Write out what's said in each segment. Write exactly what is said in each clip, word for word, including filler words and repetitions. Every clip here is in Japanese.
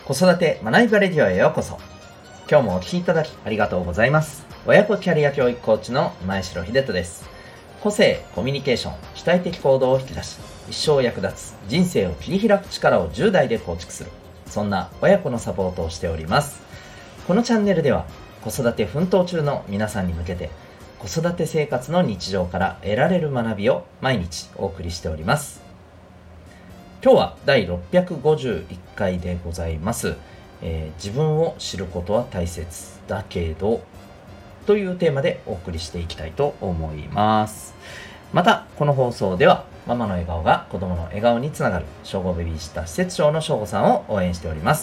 子育て学びバレディオへようこそ。今日もお聞きいただきありがとうございます。親子キャリア教育コーチの前城秀人です。個性、コミュニケーション、主体的行動を引き出し、一生役立つ人生を切り開く力をじゅう代で構築する、そんな親子のサポートをしております。このチャンネルでは子育て奮闘中の皆さんに向けて、子育て生活の日常から得られる学びを毎日お送りしております。今日はだいろっぴゃくごじゅういっかいでございます。えー、自分を知ることは大切だけどというテーマでお送りしていきたいと思います。またこの放送ではママの笑顔が子供の笑顔につながる小5ベビーシッター施設長のしょうごさんを応援しております。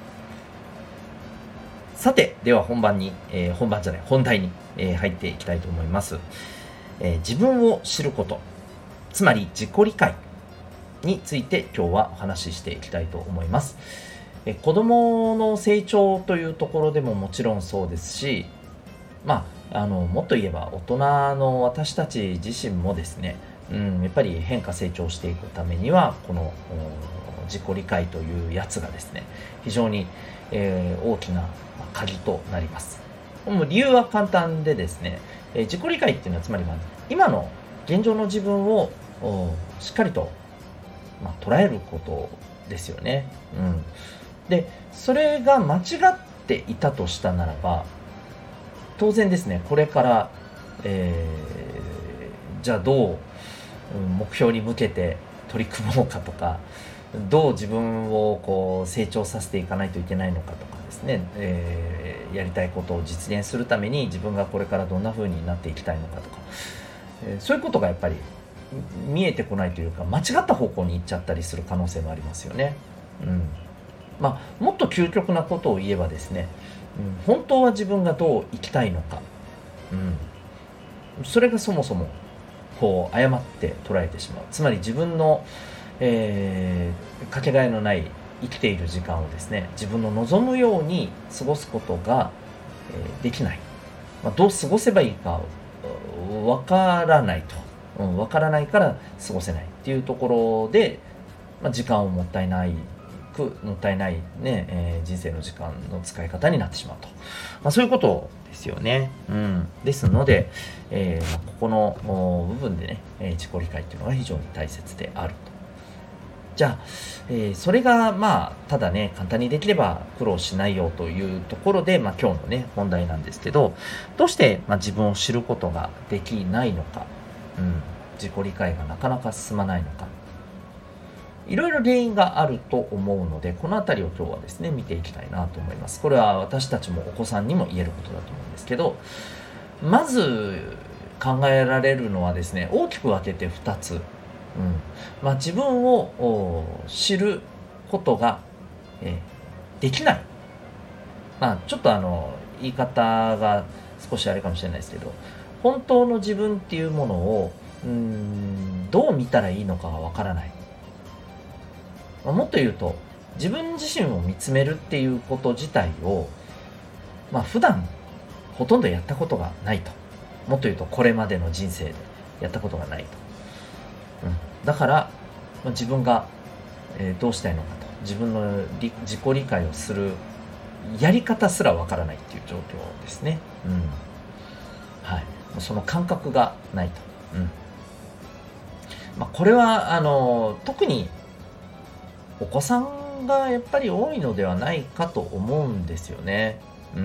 さて、では本番に、えー、本番じゃない本題に、えー、入っていきたいと思います。えー、自分を知ること、つまり自己理解について今日はお話ししていきたいと思います。え子供の成長というところでももちろんそうですし、まあ、あのもっと言えば大人の私たち自身もですね、うん、やっぱり変化成長していくためにはこの自己理解というやつがですね、非常に、えー、大きな鍵となります。もう理由は簡単でですね、えー、自己理解っていうのはつまり、まあ、今の現状の自分をしっかりとまあ、捉えることですよね。うん。で、それが間違っていたとしたならば、当然ですね、これから、えー、じゃあどう目標に向けて取り組もうかとか、どう自分をこう成長させていかないといけないのかとかですね、えー、やりたいことを実現するために自分がこれからどんな風になっていきたいのかとか、えー、そういうことがやっぱり見えてこないというか、間違った方向に行っちゃったりする可能性もありますよね。うん。まあ、もっと究極なことを言えばですね、うん、本当は自分がどう生きたいのか、うん、それがそもそもこう誤って捉えてしまう。つまり自分の、えー、かけがえのない生きている時間をですね、自分の望むように過ごすことが、えー、できない。まあ、どう過ごせばいいかわからないと。うん、分からないから過ごせないっていうところで、まあ、時間をもったいないくもったいないね、えー、人生の時間の使い方になってしまうと、まあ、そういうことですよね。うん、ですので、えーまあ、ここの部分でね、えー、自己理解っていうのが非常に大切であると。じゃあ、えー、それがまあただね、簡単にできれば苦労しないよというところで、まあ、今日のね本題なんですけど、どうして、まあ、自分を知ることができないのか、うん、自己理解がなかなか進まないのか、いろいろ原因があると思うので、このあたりを今日はですね見ていきたいなと思います。これは私たちもお子さんにも言えることだと思うんですけど、まず考えられるのはですね、大きく分けてふたつ、うんまあ、自分を知ることが、えー、できない、まあ、ちょっとあの言い方が少しあれかもしれないですけど、本当の自分っていうものをうーんどう見たらいいのかがわからない。まあ、もっと言うと、自分自身を見つめるっていうこと自体を、まあ、普段ほとんどやったことがないと。もっと言うと、これまでの人生でやったことがないと。うん、だから、まあ、自分が、えー、どうしたいのかと、自分の自己理解をするやり方すらわからないっていう状況ですね。うん、はい。その感覚がないと。うんまあ、これはあの特にお子さんがやっぱり多いのではないかと思うんですよね。うん、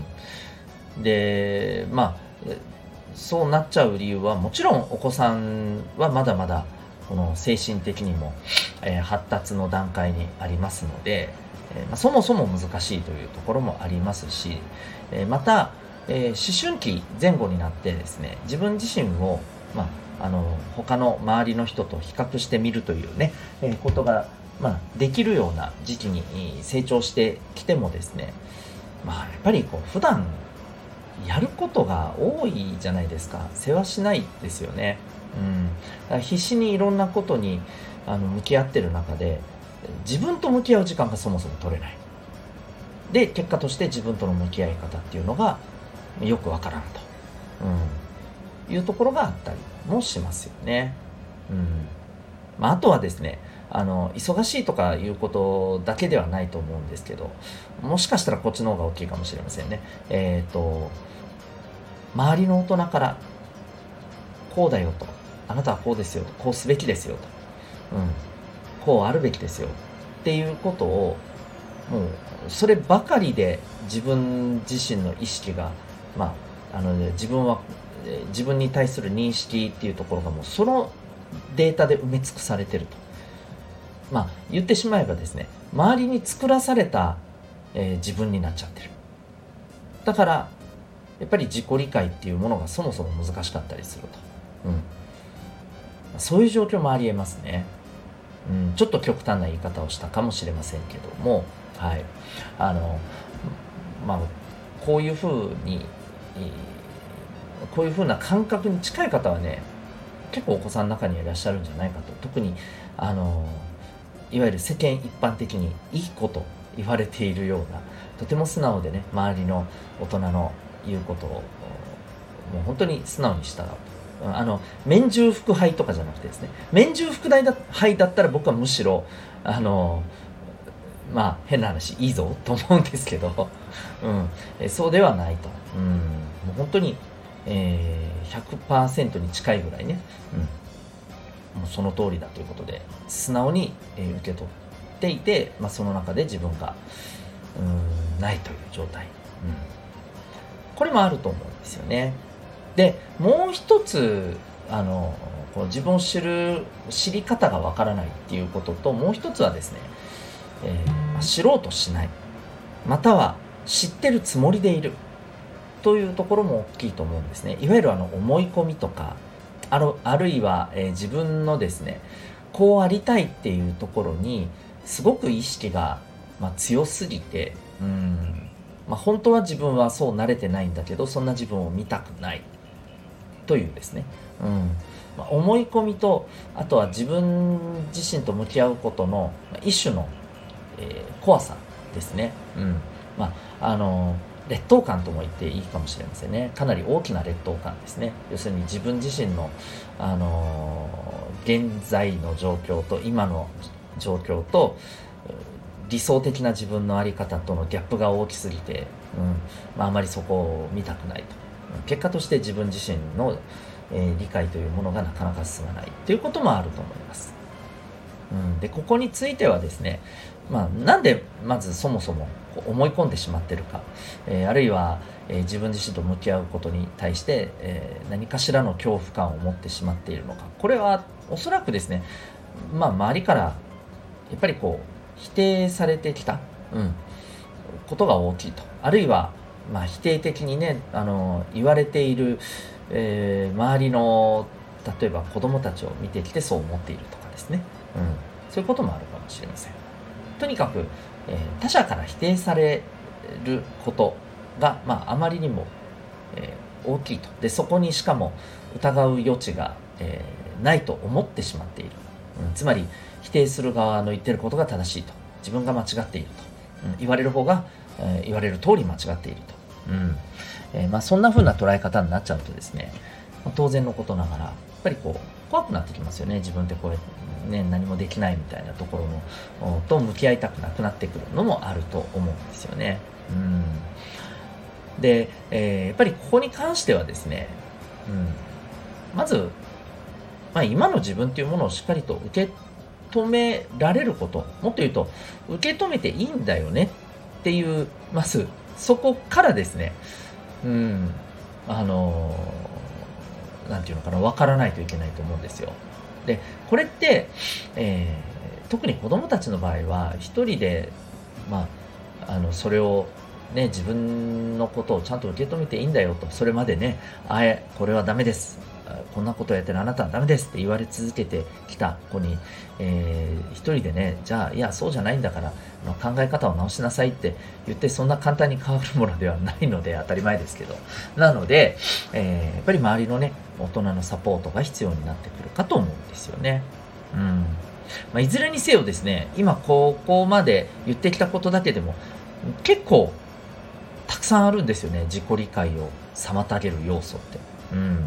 で、まあそうなっちゃう理由は、もちろんお子さんはまだまだこの精神的にも、えー、発達の段階にありますので、えーまあ、そもそも難しいというところもありますし、えー、またえー、思春期前後になってですね、自分自身を、まあ、あの他の周りの人と比較してみるというね、えー、ことが、まあ、できるような時期に成長してきてもですね、まあ、やっぱりこう普段やることが多いじゃないですか。世話しないですよね。うん、だから必死にいろんなことにあの向き合ってる中で、自分と向き合う時間がそもそも取れない。で、結果として自分との向き合い方っていうのがよくわからんと、うん、いうところがあったりもしますよね。うんまあ、あとはですね、 あの忙しいとかいうことだけではないと思うんですけど、もしかしたらこっちの方が大きいかもしれませんね。えっと周りの大人からこうだよと、あなたはこうですよと、こうすべきですよと、うん、こうあるべきですよっていうことを、もうそればかりで自分自身の意識が、まああの、ね、自分は自分に対する認識っていうところがもうそのデータで埋め尽くされてると。まあ言ってしまえばですね、周りに作らされた、えー自分になっちゃってる。だからやっぱり自己理解っていうものがそもそも難しかったりすると、うん、そういう状況もありえますね。うん、ちょっと極端な言い方をしたかもしれませんけども、はい、あのまあこういうふうに、えーこういうふうな感覚に近い方はね、結構お子さんの中にはいらっしゃるんじゃないかと。特にあのいわゆる世間一般的にいいこと言われているような、とても素直でね、周りの大人の言うことをもう本当に素直に従うと。あの免従服配とかじゃなくてですね、免従服配だ配だったら僕はむしろあのまあ変な話いいぞと思うんですけど、うん、えそうではないと、うん、もう本当に、えー、ひゃくパーセント に近いぐらいね、うん、もうその通りだということで素直に、えー受け取っていて、まあ、その中で自分がうんないという状態、うん、これもあると思うんですよね。でもう一つ、あのこの自分を知る知り方がわからないっていうことと、もう一つはですね、えーまあ知ろうとしない、または知ってるつもりでいるというところも大きいと思うんですね。いわゆるあの思い込みとか、ある、あるいは、えー自分のですね、こうありたいっていうところにすごく意識が、まあ、強すぎて、うん、まあ、本当は自分はそう慣れてないんだけど、そんな自分を見たくないというですね、うんまあ、思い込みと、あとは自分自身と向き合うことのまあ一種の、えー怖さですね。うんまああの劣等感とも言っていいかもしれませんね。かなり大きな劣等感ですね。要するに自分自身の、あの現在の状況と今の状況と理想的な自分の在り方とのギャップが大きすぎて、うんまあ、あまりそこを見たくないと。結果として自分自身の、えー理解というものがなかなか進まないということもあると思います。うん、でここについてはですね、まあ、なんでまずそもそもこう思い込んでしまっているか、えーあるいは、えー自分自身と向き合うことに対して、えー何かしらの恐怖感を持ってしまっているのか、これはおそらくですね、まあ、周りからやっぱりこう否定されてきた、うん、ことが大きいと。あるいは、まあ、否定的にね、あの言われている、えー周りの例えば子供たちを見てきてそう思っているとかですね、うん、そういうこともあるかもしれません。とにかく、えー他者から否定されることが、まあ、あまりにも、えー大きいと。でそこにしかも疑う余地が、えーないと思ってしまっている、うん、つまり否定する側の言っていることが正しいと、自分が間違っていると、うん、言われる方が、えー言われる通り間違っていると、うんえーまあ、そんな風な捉え方になっちゃうとですね、まあ当然のことながらやっぱりこう怖くなってきますよね。自分ってこう、ね、何もできないみたいなところのと向き合いたくなくなってくるのもあると思うんですよね。うんで、えーやっぱりここに関してはですね、うん、まず、まあ、今の自分というものをしっかりと受け止められること、もっと言うと受け止めていいんだよねっていう、まずそこからですね、うんあのーなんていうのかな、わからないといけないと思うんですよ。でこれって、えー特に子どもたちの場合は一人で、まあ、あのそれを、ね、自分のことをちゃんと受け止めていいんだよと、それまでね、あえこれはダメです、あこんなことをやってるあなたはダメですって言われ続けてきた子に、えー一人でね、じゃあいやそうじゃないんだからあの考え方を直しなさいって言ってそんな簡単に変わるものではないので当たり前ですけど、なので、えーやっぱり周りのね大人のサポートが必要になってくるかと思うんですよね。うんまあ、いずれにせよですね、今ここまで言ってきたことだけでも結構たくさんあるんですよね、自己理解を妨げる要素って。うん、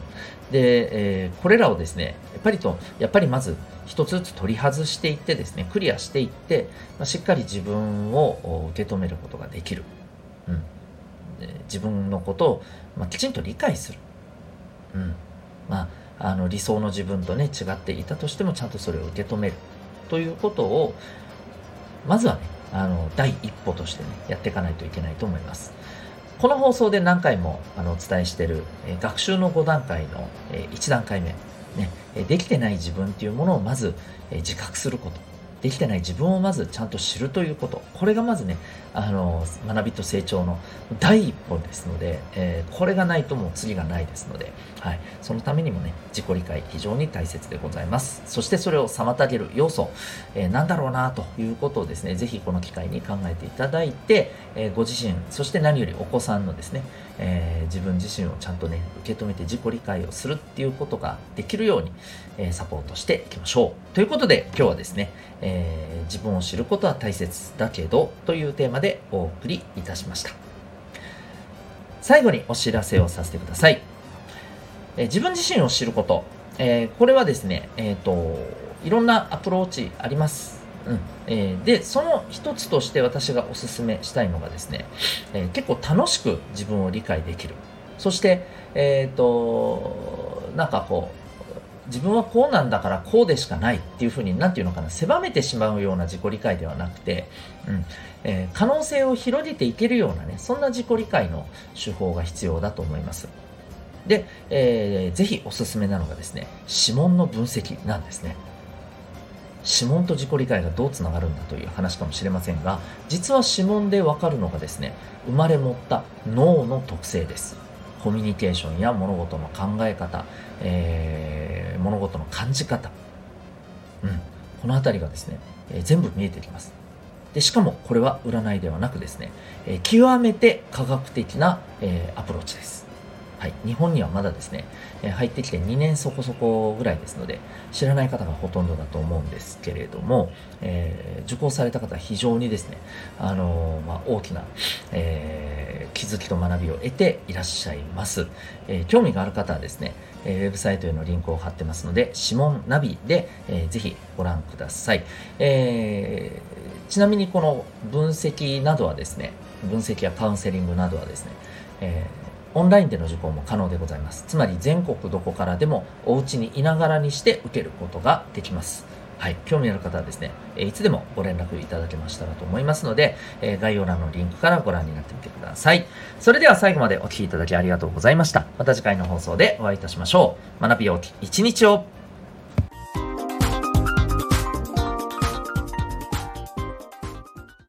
で、えーこれらをですね、やっぱりと、やっぱりまず一つずつ取り外していってですね、クリアしていって、まあ、しっかり自分をお受け止めることができる。うん。で自分のことを、まあ、きちんと理解する。うん。まあ、あの理想の自分とね、違っていたとしても、ちゃんとそれを受け止める。ということを、まずはね、あの、第一歩としてね、やっていかないといけないと思います。この放送で何回もあのお伝えしている、えー学習のご段階の、えーいち段階目、ね、えーできてない自分っていうものをまず、えー自覚すること。できてない自分をまずちゃんと知るということ。これがまずね、あの、学びと成長の第一歩ですので、えーこれがないともう次がないですので、はい。そのためにもね、自己理解非常に大切でございます。そしてそれを妨げる要素、えーなんだろうなということをですね、ぜひこの機会に考えていただいて、えーご自身、そして何よりお子さんのですね、えー自分自身をちゃんとね、受け止めて自己理解をするっていうことができるように、えーサポートしていきましょう。ということで、今日はですね、えー自分を知ることは大切だけどというテーマでお送りいたしました。最後にお知らせをさせてください。えー自分自身を知ること、えーこれはですね、えっ、と、いろんなアプローチあります。うんえーで、その一つとして私がお勧めしたいのがですね、えー結構楽しく自分を理解できる。そして、えっ、と、なんかこう、自分はこうなんだからこうでしかないっていうふうに、なんていうのかな、狭めてしまうような自己理解ではなくて、うんえー可能性を広げていけるようなね、そんな自己理解の手法が必要だと思います。で、えーぜひおすすめなのがですね、指紋の分析なんですね。指紋と自己理解がどうつながるんだという話かもしれませんが、実は指紋でわかるのがですね、生まれ持った脳の特性です。コミュニケーションや物事の考え方、えー物事の感じ方、うん、このあたりがですね、えー全部見えてきます。で、しかもこれは占いではなくですね、えー極めて科学的な、えーアプローチです。はい、日本にはまだですね、えー入ってきてにねんそこそこぐらいですので、知らない方がほとんどだと思うんですけれども、えー受講された方は非常にですね、あのーまあ、大きな、えー気づきと学びを得ていらっしゃいます。えー興味がある方はですね、えーウェブサイトへのリンクを貼ってますので、指紋ナビで、えーぜひご覧ください。えーちなみにこの分析などはですね、分析やカウンセリングなどはですね、えーオンラインでの受講も可能でございます。つまり全国どこからでもお家にいながらにして受けることができます。はい。興味ある方はですね、えーいつでもご連絡いただけましたらと思いますので、えー概要欄のリンクからご覧になってみてください。それでは最後までお聞きいただきありがとうございました。また次回の放送でお会いいたしましょう。学びようき一日を。